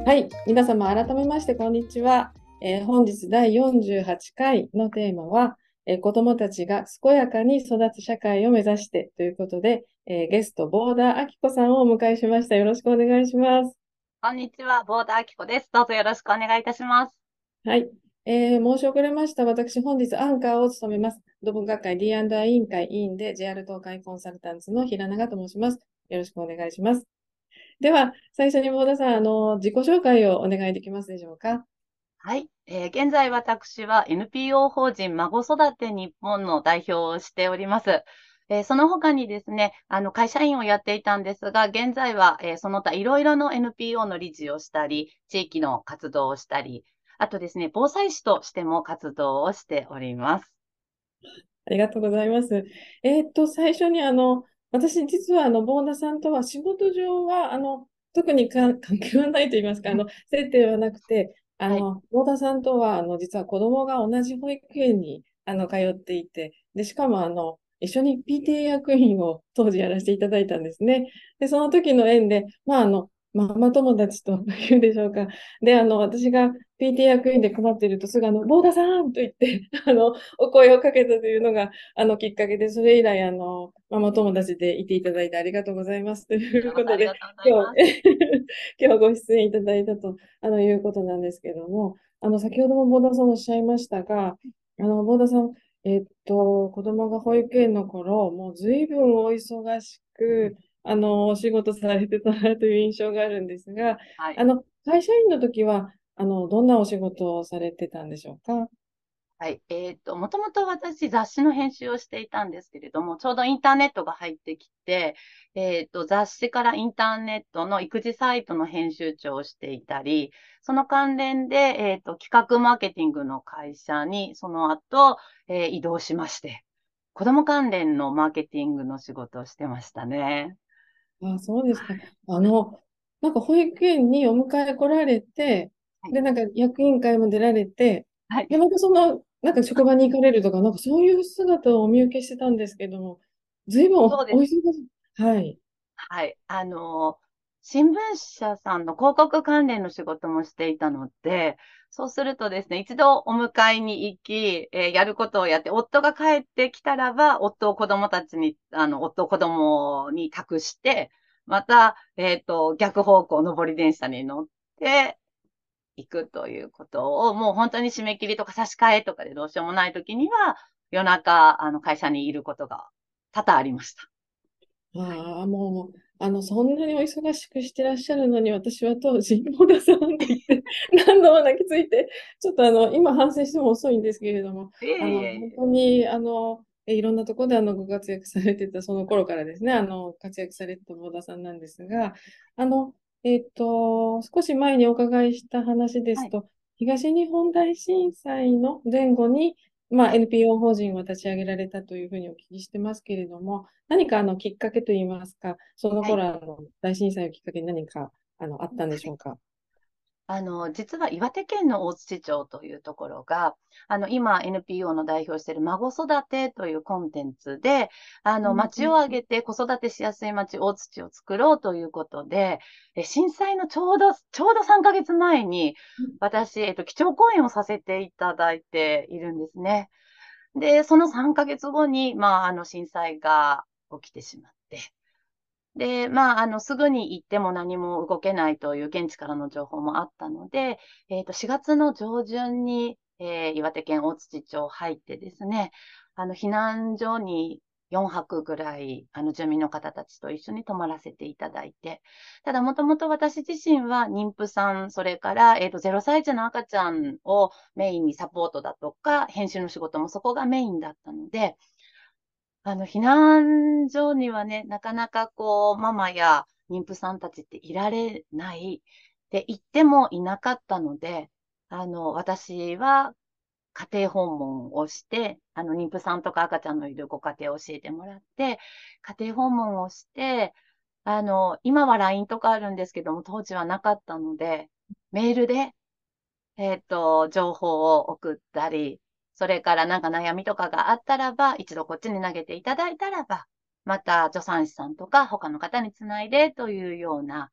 はい、皆様改めましてこんにちは。本日第48回のテーマは、子どもたちが健やかに育つ社会を目指してということで、ゲスト、ボーダーあきこさんをお迎えしました。よろしくお願いします。 こんにちは、ボーダーあきこです。どうぞよろしくお願いいたします。 はい、申し遅れました。私、本日アンカーを務めます。土木学会 D&I 委員会委員で JR 東海コンサルタンツの平永と申します。よろしくお願いします。では、最初にボーダーさん、自己紹介をお願いできますでしょうか。 はい、現在私は NPO 法人孫育て日本の代表をしております。その他にですね、会社員をやっていたんですが、現在は、その他いろいろの NPO の理事をしたり、地域の活動をしたり、あとですね、防災士としても活動をしております。 ありがとうございます。最初に私実はボーナさんとは仕事上は特に関係はないと言いますか、接点はなくて、 はい。 ボーナさんとは実は子供が同じ保育園に通っていて、で、しかも一緒に PTA 役員を当時やらせていただいたんですね。で、その時の縁で、まあママ友達というんでしょうか。で、私が PTA 役員で困っているとすぐボーダさんと言って、お声をかけたというのが、きっかけで、それ以来、ママ友達でいていただいてありがとうございますというまたありことで、 がとうござい今ます。 日、今日ご出演いただいたと、いうことなんですけども、先ほどもボーダさんおっしゃいましたが、ボーダさん、子供が保育園の頃、もう随分お忙しく、お仕事されてたなという印象があるんですが、 はい。 会社員の時は、どんなお仕事をされてたんでしょうか。 はい。もともと私雑誌の編集をしていたんですけれども、ちょうどインターネットが入ってきて、雑誌からインターネットの育児サイトの編集長をしていたり、その関連で、企画マーケティングの会社にその後、移動しまして、子供関連のマーケティングの仕事をしてましたね。 あ、そうですか。なんか保育園にお迎え来られて、 はい。 で、なんか役員会も出られて、で、 はい。 またなんか職場に行かれるとか、なんかそういう姿をお見受けしてたんですけども、随分お忙しそうです。 い。はい。 はい。新聞社さんの広告関連の仕事もしていたので、そうするとですね、一度お迎えに行き、やることをやって、夫が帰ってきたらば、夫を子供たちに、夫を子供に託して、また、逆方向、上り電車に乗って行くということを、もう本当に締め切りとか差し替えとかでどうしようもない時には、夜中、会社にいることが多々ありました。 ああ、もう、そんなにお忙しくしてらっしゃるのに、私は当時、小田さんと言って、何度も泣きついて、ちょっと今反省しても遅いんですけれども、 いえいえい本当え。 に、いろんなところでご活躍されてた、その頃からですね、活躍されてた小田さんなんですが、あの、少し前にお伺いした話ではい。 すと、東日本大震災の前後に、まあ、 はい。 NPO 法人を立ち上げられたというふうにお聞きしてますけれども、何かきっかけといいますか、そのはい。 頃大震災をきっかけに何かあったんでしょうか。 実は岩手県の大槌町というところが、今 NPO の代表している孫育てというコンテンツで、 うんう町を挙げて子育てしやすい町大槌を作ろうということで、震災のちょうど3ヶ月前に、私、基調講演をさせていただいているんですね。で、その3ヶ月後に、震災が起きてしまって、で、すぐに行っても何も動けないという現地からの情報もあったので、4月の上旬に、岩手県大槌町入ってですね、避難所に4泊ぐらい、住民の方たちと一緒に泊まらせていただいて、ただ、もともと私自身は妊婦さん、それから、0歳児の赤ちゃんをメインにサポートだとか、編集の仕事もそこがメインだったので、避難所にはね、なかなかこう、ママや妊婦さんたちっていられない。で、行ってもいなかったので、私は家庭訪問をして、妊婦さんとか赤ちゃんのいるご家庭を教えてもらって、家庭訪問をして、今は LINE とかあるんですけども、当時はなかったので、メールで情報を送ったり、それからなんか悩みとかがあったらば、一度こっちに投げていただいたらば、また助産師さんとか他の方につないでというような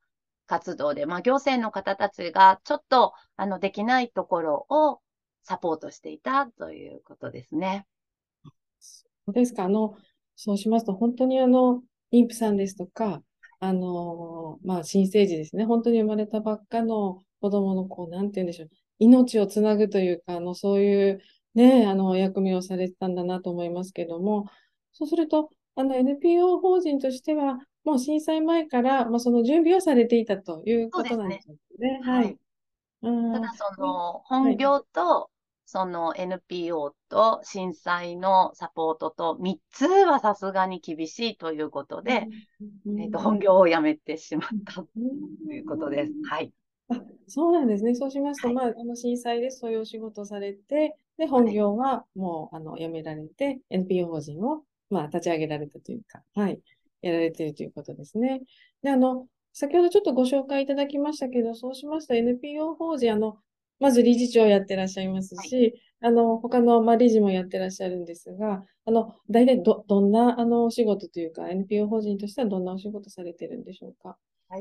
活動で、行政の方たちがちょっと、できないところをサポートしていたということですね。 そうですか。そうしますと、本当に妊婦さんですとか、新生児ですね。本当に生まれたばっかの子供の、なんて言うんでしょう。命をつなぐというか、そういうね、お役目をされてたんだなと思いますけども、そうすると、NPO 法人としては、もう震災前から、その準備をされていたということそうですね。 なんですね。はい。 はい。ただ、 ねはい。 本業と、その NPO と震災のサポートと3つはさすがに厳しいということで、本業を辞めてしまったということです。はい。 あ、そうなんですね。そうしますと、 はい。 震災でそういうお仕事をされて、で、本はい。 業はもう、辞められて、NPO 法人を、立ち上げられたというか、はい、やられているということですね。で、先ほどちょっとご紹介いただきましたけど、そうしますと NPO 法人、まず理事長をやってらっしゃいますはい。 し、他の、理事もやってらっしゃるんですが、大体どんな、お仕事というか、NPO 法人としてはどんなお仕事されてるんでしょうか。 はい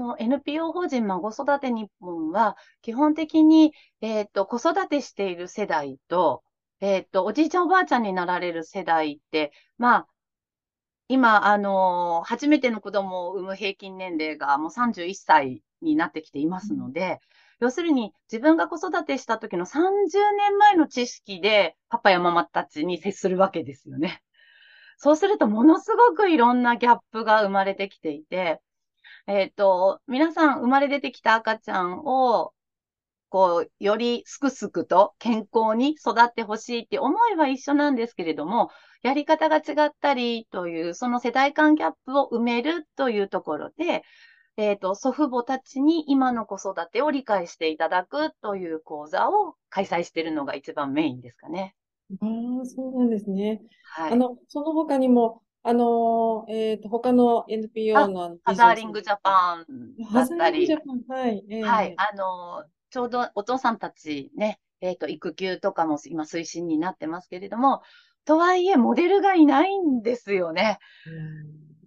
。NPO 法人孫育て日本は、基本的に、子育てしている世代と、おじいちゃんおばあちゃんになられる世代って、今、初めての子供を産む平均年齢がもう31歳になってきていますので、要するに自分が子育てした時の30年前の知識でパパやママたちに接するわけですよね。そうするとものすごくいろんなギャップが生まれてきていて、皆さん生まれ出てきた赤ちゃんをよりすくすくと健康に育ってほしいって思いは一緒なんですけれども、やり方が違ったりという、その世代間ギャップを埋めるというところで、祖父母たちに今の子育てを理解していただくという講座を開催しているのが一番メインですかね。 ああ、そうなんですね。 はい。 その他にも、他の NPO のハ理事をされて、 ザーリングジャパンだハザーリングジったり、 ャパン、はい、 はい。 ええちょうどお父さんたちね、育休とかも今推進になってますけれども、とはいえ、モデルがいないんですよね。 うん、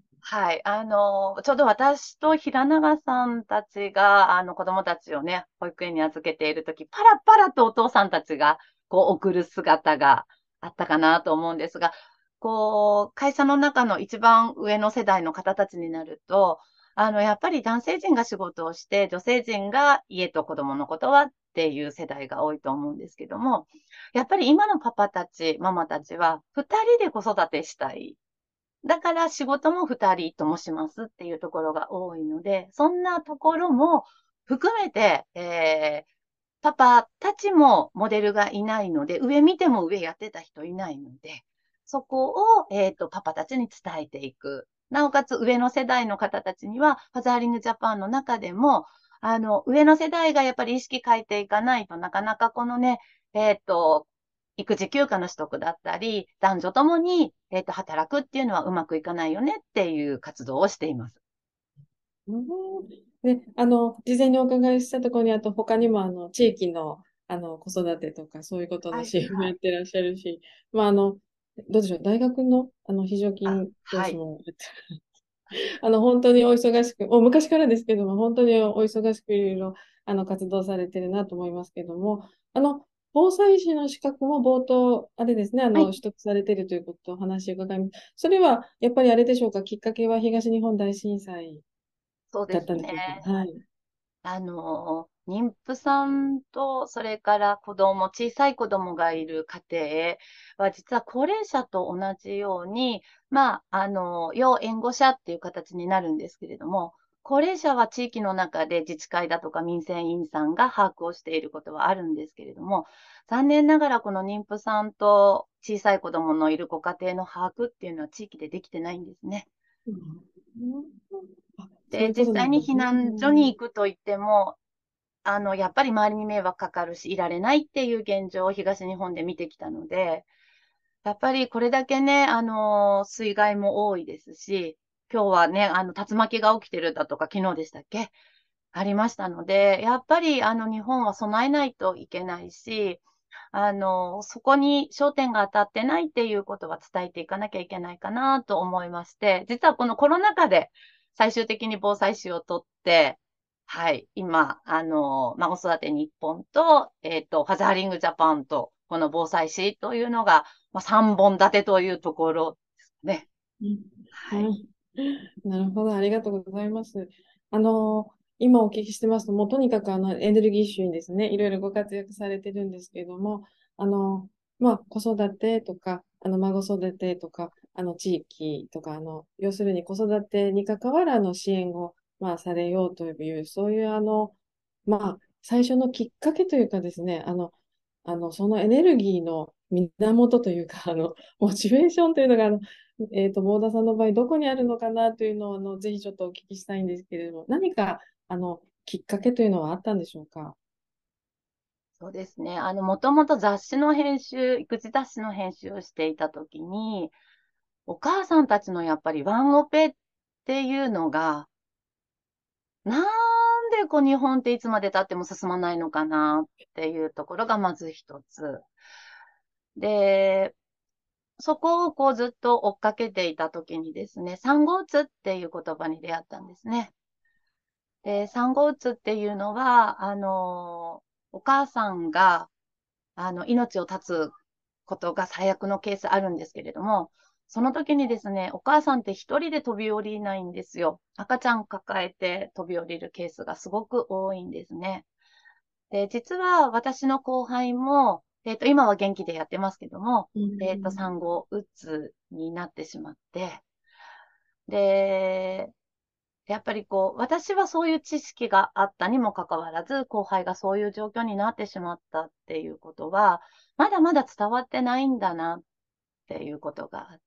はい。ちょうど私と平永さんたちが、子供たちをね、保育園に預けているとき、パラパラとお父さんたちが、送る姿があったかなと思うんですが、会社の中の一番上の世代の方たちになると、やっぱり男性陣が仕事をして、女性陣が家と子供のことはっていう世代が多いと思うんですけども、やっぱり今のパパたち、ママたちは、二人で子育てしたい。だから仕事も二人ともしますっていうところが多いので、そんなところも含めて、パパたちもモデルがいないので、上見ても上やってた人いないので、そこを、パパたちに伝えていく。なおかつ上の世代の方たちには、ファザーリングジャパンの中でも、上の世代がやっぱり意識変えていかないとなかなかこのね、育児休暇の取得だったり、男女ともに、働くっていうのはうまくいかないよねっていう活動をしています。 うんで、事前にお伺いしたところに、あと他にも地域の、子育てとかそういうことのはい、 支援もはい。 やってらっしゃるし、どうでしょう、大学の、非常勤講はい。 師もやって本当にお忙しく、もう昔からですけども、本当にお忙しくいろいろ活動されてるなと思いますけども、防災士の資格も冒頭、あれですね、 はい。 取得されているということをお話を伺います。それはやっぱりあれでしょうか、きっかけは東日本大震災だっそうですね。 たんでしょうか。はい。 妊婦さんと、それから小さい子供がいる家庭は、実は高齢者と同じように、要援護者っていう形になるんですけれども、高齢者は地域の中で自治会だとか民生委員さんが把握をしていることはあるんですけれども、残念ながらこの妊婦さんと小さい子供のいるご家庭の把握っていうのは地域でできてないんですね。 うんあ、そうで、 いうことな実際に避んですね。 難所に行くと言っても、やっぱり周りに迷惑かかるし、いられないっていう現状を東日本で見てきたので、やっぱりこれだけね、水害も多いですし、今日はね、竜巻が起きてるだとか、昨日でしたっけありましたので、やっぱり、日本は備えないといけないし、そこに焦点が当たってないっていうことは伝えていかなきゃいけないかなと思いまして、実はこのコロナ禍で最終的に防災士を取って、 はい。今、子育て日本と、ファザーリングジャパンと、この防災士というのが、3本立てというところですね。 うん。 はい。 はい。なるほど、ありがとうございます。今お聞きしてますと、もうとにかくエネルギッシュにですね、いろいろご活躍されてるんですけれども、あの、子育てとか、孫育てとか、地域とか、要するに子育てに関わる支援を、されようという、そういう最初のきっかけというかですね、そのエネルギーの源というか、モチベーションというのが、坊田さんの場合、どこにあるのかなというのを、ぜひちょっとお聞きしたいんですけれども、何か、きっかけというのはあったんでしょうか？ そうですね。もともと雑誌の編集、育児雑誌の編集をしていたときに、お母さんたちのやっぱりワンオペっていうのが、なんでこう日本っていつまで経っても進まないのかなっていうところがまず一つ。で、そこをこうずっと追っかけていたときにですね、産後うつっていう言葉に出会ったんですね。で、産後うつっていうのは、お母さんが、命を絶つことが最悪のケースあるんですけれども、その時にですね、お母さんって一人で飛び降りないんですよ。赤ちゃん抱えて飛び降りるケースがすごく多いんですね。で、実は私の後輩も、今は元気でやってますけども、 うん。 産後うつになってしまって、で、やっぱりこう、私はそういう知識があったにもかかわらず、後輩がそういう状況になってしまったっていうことは、まだまだ伝わってないんだなっていうことがあって、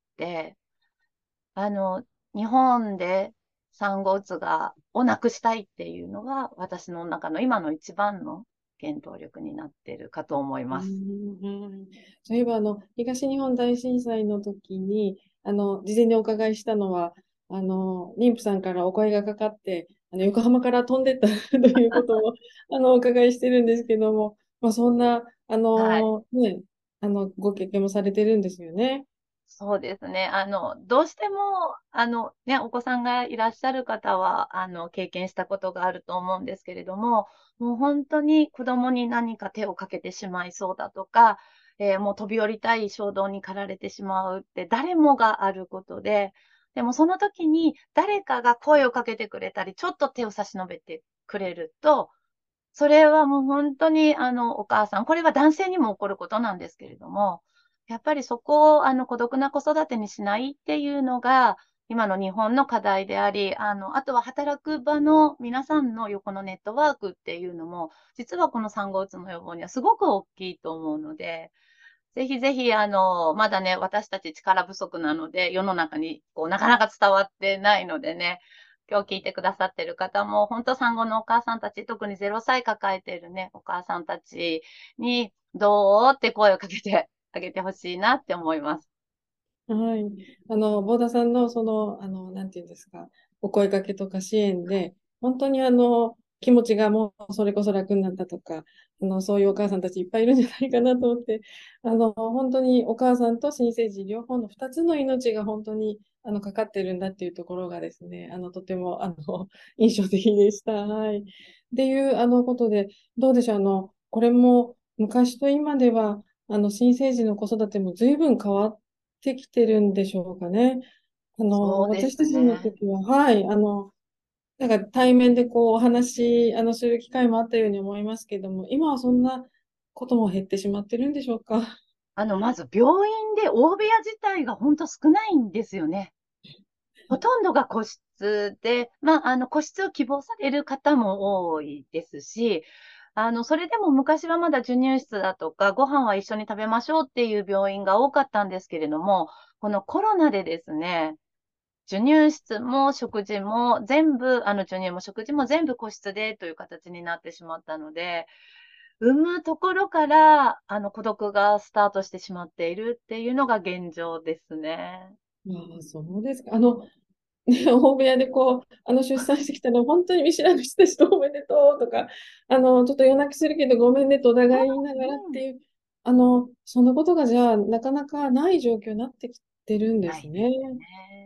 あの、日本で産後うつをなくしたいっていうのが、私の中の今の一番の原動力になっているかと思いうます。 ん。そういえば、東日本大震災の時に、事前にお伺いしたのは、妊婦さんからお声がかかって、横浜から飛んでったということを、お伺いしてるんですけども、そんな、 はい。 ご経験もされてるんですよね。 そうですね。どうしても、お子さんがいらっしゃる方は、経験したことがあると思うんですけれども、もう本当に子供に何か手をかけてしまいそうだとか、もう飛び降りたい衝動に駆られてしまうって誰もがあることで、でもその時に誰かが声をかけてくれたり、ちょっと手を差し伸べてくれると、それはもう本当に、お母さん、これは男性にも起こることなんですけれども、やっぱりそこを、孤独な子育てにしないっていうのが、今の日本の課題であり、あとは働く場の皆さんの横のネットワークっていうのも、実はこの産後うつの予防にはすごく大きいと思うので、ぜひぜひ、まだね、私たち力不足なので、世の中に、こう、なかなか伝わってないのでね、今日聞いてくださってる方も、本当産後のお母さんたち、特に0歳抱えているね、お母さんたちに、どうって声をかけてあげてほしいなって思います。 はい。ボーダさんのなんていうんですか、お声かけとか支援で、本当に気持ちがもうそれこそ楽になったとか、そういうお母さんたちいっぱいいるんじゃないかなと思って、本当にお母さんと新生児両方の2つの命が本当にかかってるんだっていうところがですね、とても印象的でした。はい。っていうことで、どうでしょう、これも昔と今では、新生児の子育ても随分変わってきてるんでしょうかね。 そうです私たちのね。 時は、はい、なんか対面でこうお話、する機会もあったように思いますけども、今はそんなことも減ってしまってるんでしょうか？ まず病院で大部屋自体が本当少ないんですよね。ほとんどが個室で、個室を希望される方も多いですし、それでも昔はまだ授乳室だとか、ご飯は一緒に食べましょうっていう病院が多かったんですけれども、このコロナでですね、授乳室も食事も全部、授乳も食事も全部個室でという形になってしまったので、産むところから、孤独がスタートしてしまっているっていうのが現状ですね。 そうですか。ね、大部屋でこう、出産してきたの、本当に見知らぬ人たちとおめでとうとか、ちょっと夜泣きするけどごめんねとお互い言いながらっうん、 ていう、そんなことがじゃあ、なかなかない状況になってきてるんでないすね。 ですね。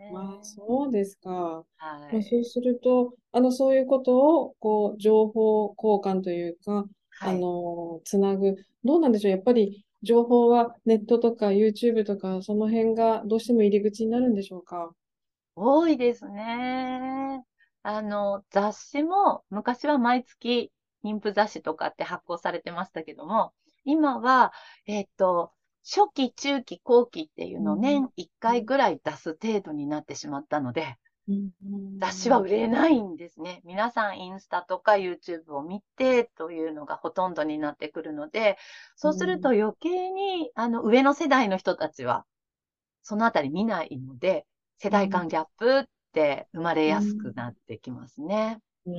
まあ、そうですか。まあ、そうはい。 すると、そういうことを、こう、情報交換というか、 はい。 つなぐ。どうなんでしょう。やっぱり、情報はネットとか YouTube とか、その辺がどうしても入り口になるんでしょうか。 多いですね。雑誌も昔は毎月妊婦雑誌とかって発行されてましたけども、今は、初期、中期、後期っていうのをうん。 年1回ぐらい出す程度になってしまったので、 うん。 雑誌は売れないんですね。皆さんインスタとか YouTube を見てというのがほとんどになってくるので、そうするとうん。 余計に上の世代の人たちはそのあたり見ないので、世うん。 代間ギャップって生まれうやすくん。 なってきますね。 うん。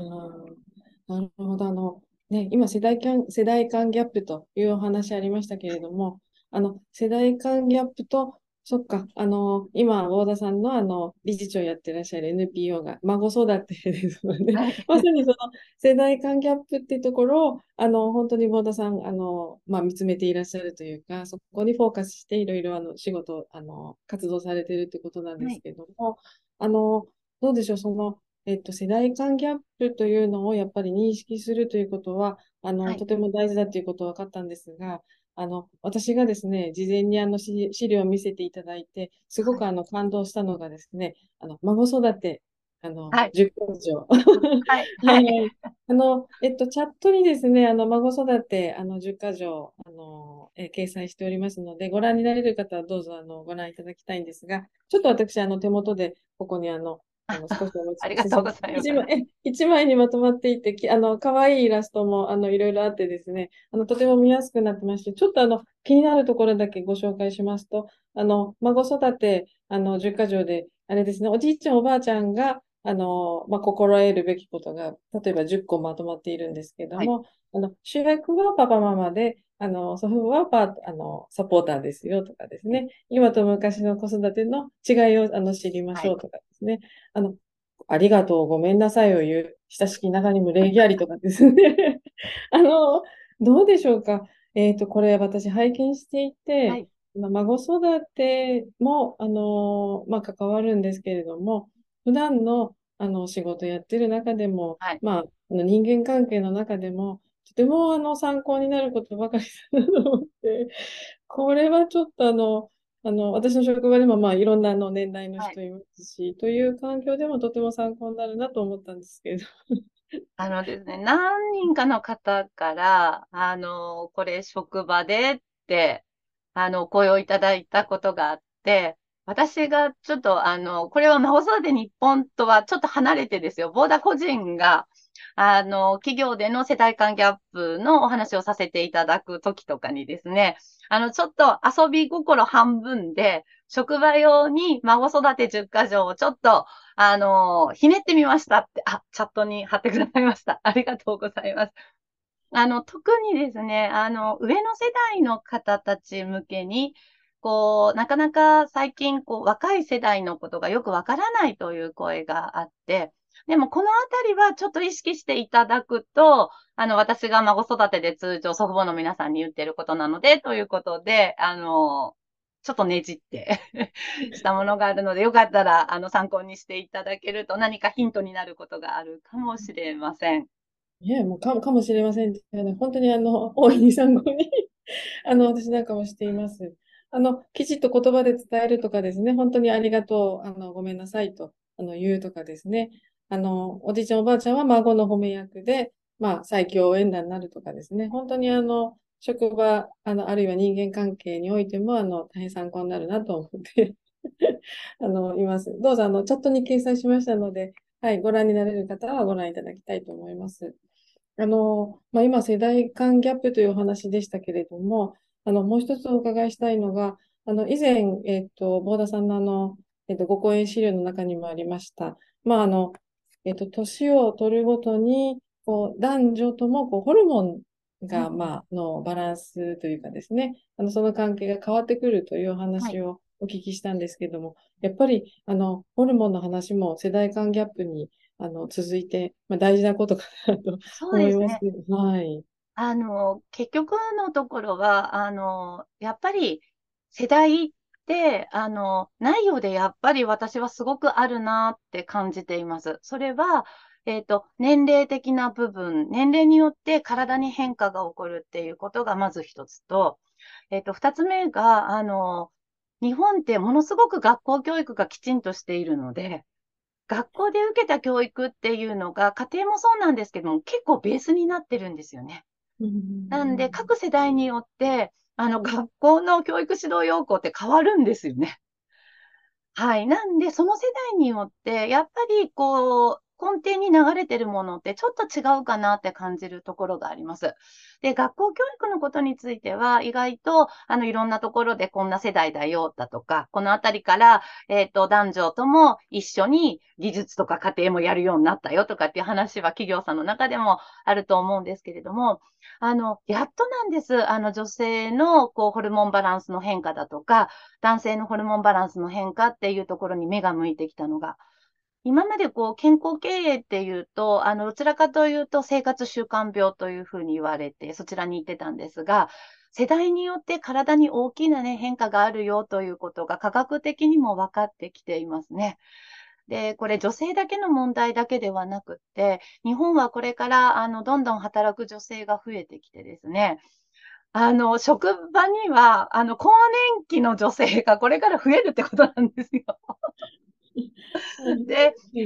なるほど。ね、今、世代間ギャップというお話ありましたけれども、世代間ギャップと、そっか、今、大田さんの理事長やってらっしゃる NPO が孫育てですので、 はい。 まさにその世代間ギャップっていうところを、本当に大田さん、まあ、見つめていらっしゃるというか、そこにフォーカスして、いろいろ、仕事、活動されてるってことなんですはい。 けども、あの、どうでしょう、世代間ギャップというのをやっぱり認識するということは、 はい。 とても大事だということは分かったんですが、私がですね、事前に資料を見せていただいて、すごはい。 く感動したのがですね、孫育て、 はい。 10個以上。 はい。はい。 はい。チャットにですね、孫育て、10箇条、掲載しておりますので、ご覧になれる方はどうぞ、ご覧いただきたいんですが、ちょっと私、手元で、ここに、少しお持ちありがとうごしてしまう。 ざいます。 一枚にまとまっていて、可愛いイラストも、いろいろあってですね、とても見やすくなってまして、ちょっと気になるところだけご紹介しますと、孫育て、10箇条で、あれですね、おじいちゃん、おばあちゃんが、まあ、心得るべきことが、例えば10個まとまっているんですけどはい。 も、主役はパパママで、祖父母はサポーターですよとかですはい。 ね、今と昔の子育ての違いを知りまはい。 しょうとかですね、あの、ありがとう、ごめんなさいを言う、親しき中にも礼儀ありとかですね。あの、どうでしょうか。これ私拝見していて、 はい。 孫育ても、まあ、関わるんですけれども、普段の、仕事やってる中でも、 はい。 まあ、人間関係の中でも、とても参考になることばかりだなと思って、これはちょっと私の職場でもまあいろんな年代のはい。 人いますし、という環境でもとても参考になるなと思ったんですけれど。 ですね、何人かの方から、これ職場でって、お声をいただいたことがあって、私がちょっと、これは孫育て日本とはちょっと離れてですよ、ボーダー個人が、企業での世代間ギャップのお話をさせていただくときとかにですね、ちょっと遊び心半分で、職場用に孫育て10箇条をちょっとひねってみましたって、チャットに貼ってくださいました。ありがとうございます。特にですね、上の世代の方たち向けに、こう、なかなか最近、こう、若い世代のことがよくわからないという声があって、でもこのあたりはちょっと意識していただくと、私が孫育てで通常祖父母の皆さんに言ってることなので、ということで、ちょっとねじってしたものがあるので、よかったら、参考にしていただけると何かヒントになることがあるかもしれません。 いや、もうかもしれませんけどね。本当に大いに参考に私なんかもしています。きちっと言葉で伝えるとかですね、本当にありがとう、ごめんなさいと、言うとかですね、おじいちゃんおばあちゃんは孫の褒め役で、まあ、最強応援団になるとかですね、本当に職場、あるいは人間関係においても、大変参考になるなと思っています。どうぞ、チャットに掲載しましたので、はい、ご覧になれる方はご覧いただきたいと思います。まあ、今、世代間ギャップというお話でしたけれども、もう一つお伺いしたいのが、以前、坊田さんのご講演資料の中にもありました。まあ、年を取るごとに、こう、男女とも、こう、ホルモンが、 うんうん。 まあ、のバランスというかですね、その関係が変わってくるというおはい。 話をお聞きしたんですけども、やっぱり、ホルモンの話も世代間ギャップに、続いて、まあ、大事なことかなと思いますそうですね。 けど、はい。 結局のところは、やっぱり世代っ 、ないようでやっぱり私はすごくあるなって感じています。それは、年齢的な部分、年齢によって体に変化が起こるっていうことがまず一つと、二つ目が、日本ってものすごく学校教育がきちんとしているので、学校で受けた教育っていうのが、家庭もそうなんですけども、結構ベースになってるんですよね。 うなんで、 ん。 各世代によって、学校の教育指導要項って変わるんですよね。はい。なんで、その世代によって、やっぱり、根底に流れてるものってちょっと違うかなって感じるところがあります。で、学校教育のことについては、意外と、いろんなところでこんな世代だよ、だとか、このあたりから、男女とも一緒に技術とか家庭もやるようになったよとかっていう話は企業さんの中でもあると思うんですけれども、やっとなんです。女性の、ホルモンバランスの変化だとか、男性のホルモンバランスの変化っていうところに目が向いてきたのが、今まで健康経営っていうと、どちらかというと生活習慣病というふうに言われて、そちらに行ってたんですが、世代によって体に大きなね、変化があるよということが科学的にも分かってきていますね。で、これ女性だけの問題だけではなくって、日本はこれから、どんどん働く女性が増えてきてですね、職場には、更年期の女性がこれから増えるってことなんですよ。 はい。 で、 はい。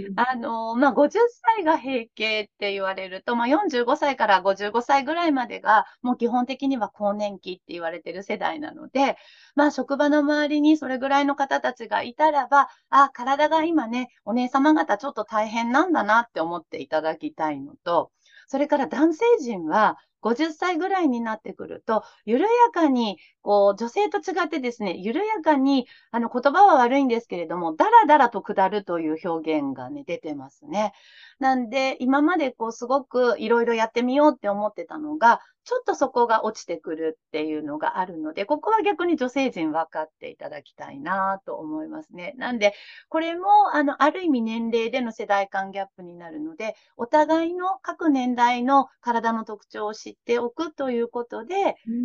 50歳が閉経って言われると、45歳から55歳ぐらいまでが、もう基本的には更年期って言われてる世代なので、職場の周りにそれぐらいの方たちがいたらば、あ、体が今ね、お姉様方ちょっと大変なんだなって思っていただきたいのと、それから男性陣は、50歳ぐらいになってくると、緩やかに、女性と違ってですね、緩やかに言葉は悪いんですけれども、だらだらと下るという表現がね、出てますね。なんで、今まですごくいろいろやってみようって思ってたのが、ちょっとそこが落ちてくるっていうのがあるので、ここは逆に女性陣分かっていただきたいなと思いますね。なんで、これも、ある意味年齢での世代間ギャップになるので、お互いの各年代の体の特徴を知っておくということで、 うん。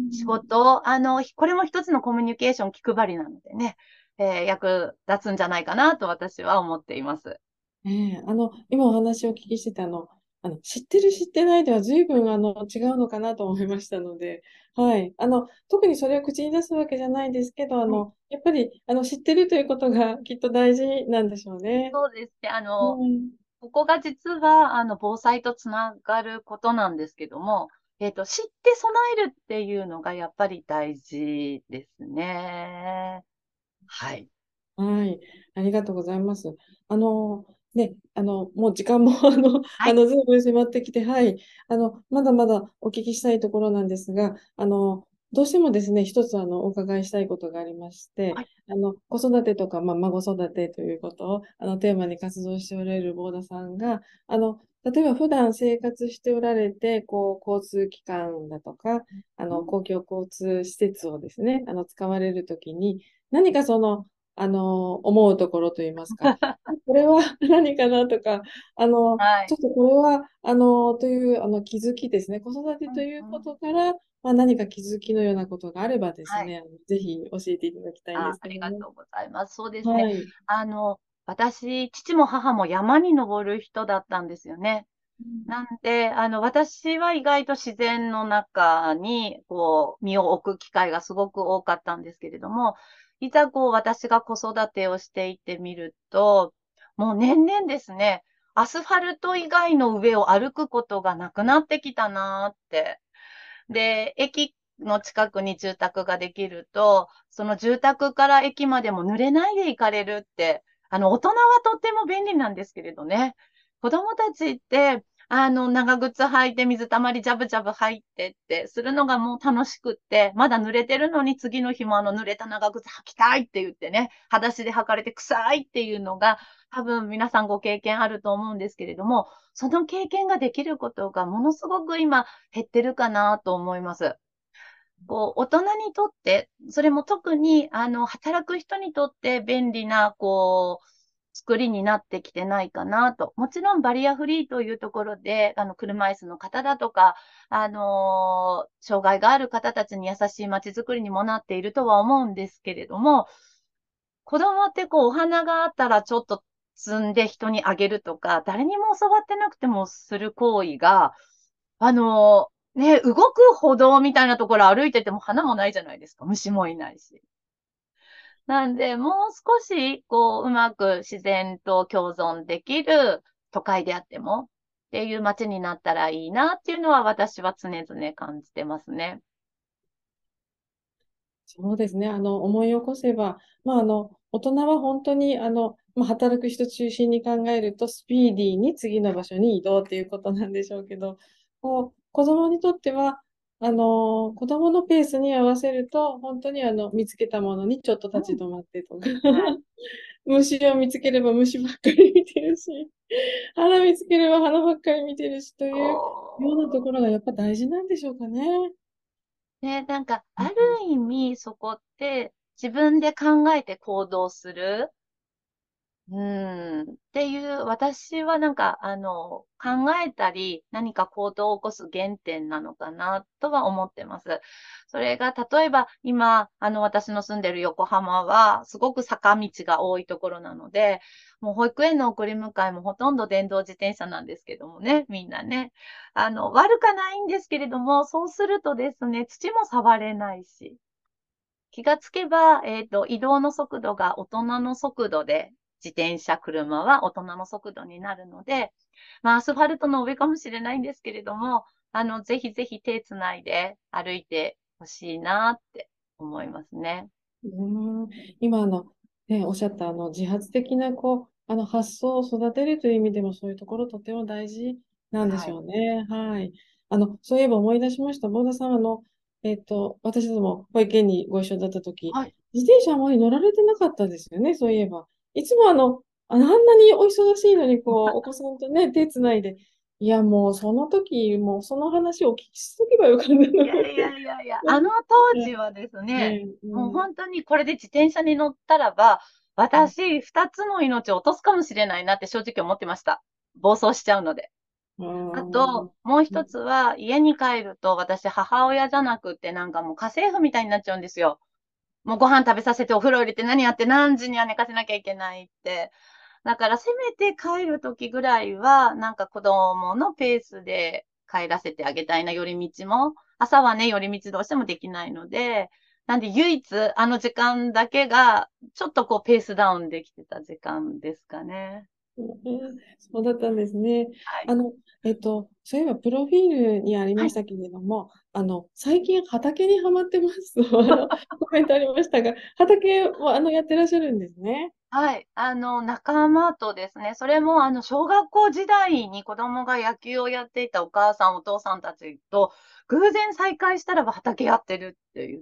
仕事、これも一つのコミュニケーション気配りなのでね、役立つんじゃないかなと私は思っています。 今お話をお聞きしてて、知ってる知ってないでは随分違うのかなと思いましたので、はい。特にそれを口に出すわけじゃないんですけど、 はい、 やっぱり、知ってるということがきっと大事なんでしょうね。 そうですね。 うん。 ここが実は、防災とつながることなんですけども、知って備えるっていうのがやっぱり大事ですね。はい。 はい。ありがとうございます。もう時間も、 はい。 ずいぶん迫ってきて、はい。まだまだお聞きしたいところなんですが、どうしてもですね、一つ、お伺いしたいことがありまして、 はい。 子育てとか、孫育てということを、テーマに活動しておられるボーダさんが、例えば普段生活しておられて、交通機関だとか、 うん。 公共交通施設をですね、使われるときに、何かその、思うところといいますか、これは何かなとか、 はい。 ちょっとこれは、という、気づきですね。子育てというこうんうん。 とから、何か気づきのようなことがあればですはい。 ね、ぜひ教えていただきたいんですあけども。 りがとうございます。そうですね。 はい。 私、父も母も山に登る人だったんですよね。なんで、私は意外と自然の中に、身を置く機会がすごく多かったんですけれども、いざ私が子育てをしていってみると、もう年々ですね、アスファルト以外の上を歩くことがなくなってきたなーって。で、駅の近くに住宅ができると、その住宅から駅までも濡れないで行かれるって、大人はとっても便利なんですけれどね。子供たちって、長靴履いて水たまりジャブジャブ入ってってするのがもう楽しくって、まだ濡れてるのに次の日も濡れた長靴履きたいって言ってね、裸足で履かれて臭いっていうのが多分皆さんご経験あると思うんですけれども、その経験ができることがものすごく今減ってるかなと思います。大人にとって、それも特に、働く人にとって便利な、作りになってきてないかなと。もちろんバリアフリーというところで、車椅子の方だとか、障害がある方たちに優しい街づくりにもなっているとは思うんですけれども、 子供ってこう、お花があったらちょっと摘んで人にあげるとか、誰にも教わってなくてもする行為が、動く歩道みたいなところ歩いてても花もないじゃないですか。虫もいないし。なんで、もう少し、こう、うまく自然と共存できる都会であっても、っていう街になったらいいなっていうのは私は常々感じてますね。 そうですね。思い起こせば、大人は本当に、働く人中心に考えると、スピーディーに次の場所に移動っていうことなんでしょうけど、子供にとっては、子供のペースに合わせると、本当に見つけたものにちょっとうん。 立ち止まってとか、 はい。 虫を見つければ虫ばっかり見てるし、花見つければ花ばっかり見てるしというようなところがやっぱ大事なんでしょうかね。 ね、なんか、ある意味、そこって、自分で考えて行動する。っていう、私はなんか、考えたり、何か行動を起こす原点なのかな、とは思ってます。それが、例えば、今、私の住んでる横浜は、すごく坂道が多いところなので、もう保育園の送り迎えもほとんど電動自転車なんですけどもね、みんなね。悪かないんですけれども、そうするとですね、土も触れないし、気がつけば、移動の速度が大人の速度で、自転車、車は大人の速度になるので、まあ、アスファルトの上かもしれないんですけれども、ぜひぜひ手つないで歩いてほしいなって思いますね。 うーん、今おっしゃった自発的な発想を育てるという意味でもそういうところとても大事なんではい。 しょうね。はい。そういえば思い出しました。ボーダさん、私ども保育園にご一緒だったとき、 はい。 自転車あまり乗られてなかったですよね。そういえば。いつもあんなにお忙しいのに、お子さんとね、手つないで、いや、もうその時、もうその話をお聞きしとけばよかったのに。 いやいやいやいや、あの当時はですね、 ね、 もう本当にこれで自転車に乗ったらば、私、二つの命を落とすかもしれないなって正直思ってました。暴走しちゃうので。 ああと、 ーもう一つは、家に帰ると、私、母親じゃなくて、なんかもう家政婦みたいになっちゃうんですよ。もうご飯食べさせて、お風呂入れて、何やって、何時には寝かせなきゃいけないって。だから、せめて帰るときぐらいは、なんか子供のペースで帰らせてあげたいな、寄り道も。朝はね、寄り道どうしてもできないので、なんで唯一、あの時間だけが、ちょっとこう、ペースダウンできてた時間ですかね。 そうだったんですね。 はい。 あの、そういえば、プロフィールにありはい。 ましたけれども、最近畑にはまってますと、コメントありましたが、畑も、やってらっしゃるんですね。 はい。仲間とですね、それも、小学校時代に子供が野球をやっていたお母さん、お父さんたちと、偶然再会したらば畑やってるって言って、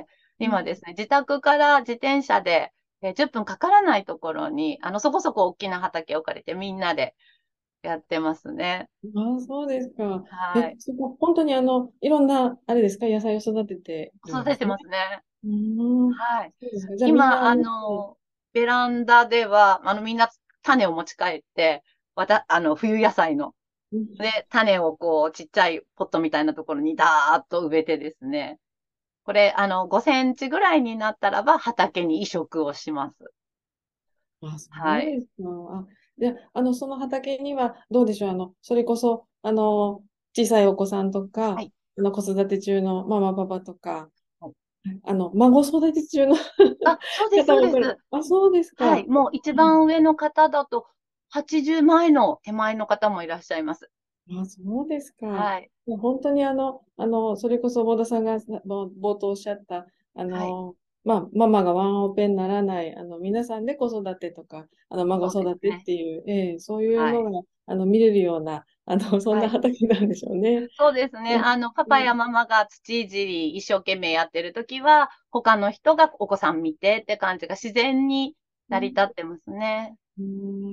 うん。 今ですね、自宅から自転車で、10分かからないところに、そこそこ大きな畑を借りてみんなでやってますね。 ああ、そうですか。 はい。 そこ、本当にいろんな、あれですか、野菜を育ててるん育ててですね。 ますね。 うーん、 はい。 そうですか。じゃあ、みんな、 今、 はい。 ベランダでは、みんな種を持ち帰って、冬野菜のうん。 で、種をこう、ちっちゃいポットみたいなところにダーッと植えてですね。これ、5センチぐらいになったらば畑に移植をします。 あ、そはい。 うですか。で、その畑には、どうでしょう、それこそ、小さいお子さんとか、 はい。 子育て中のママ、パパとか、 はい。 孫育て中のあ、そうです、 方もそうです。 そうですか。 はい。もう一番上の方だと、80前の手前の方もいらっしゃいます。 そうですか。 はい。 本当にそれこそボードさんが冒頭おっしゃった、 はい。 ママがワンオペにならない、皆さんで子育てとか、孫そうです育てっね。 ていう、そういうはい。 のが、見れるような、そんなはい。 畑なんでしょうね。 そうですね。 うん。 パパやママが土いじり一生懸命やってるときは、他の人がお子さん見てって感じが自然に成り立ってますね。 うん。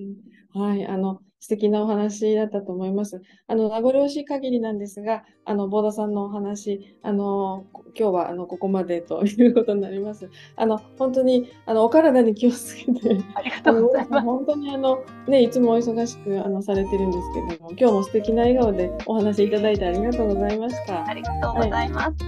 はい、素敵なお話だったと思います。名残惜しい限りなんですが、ボーダさんのお話、今日は、ここまでということになります。本当に、お体に気をつけて、 ありがとうごボーダさん、 ざいます。 本当に、ね、いつもお忙しく、されてるんですけども、今日も素敵な笑顔でお話いただいてありがとうございました。 ありがとうごはい。 ざいます。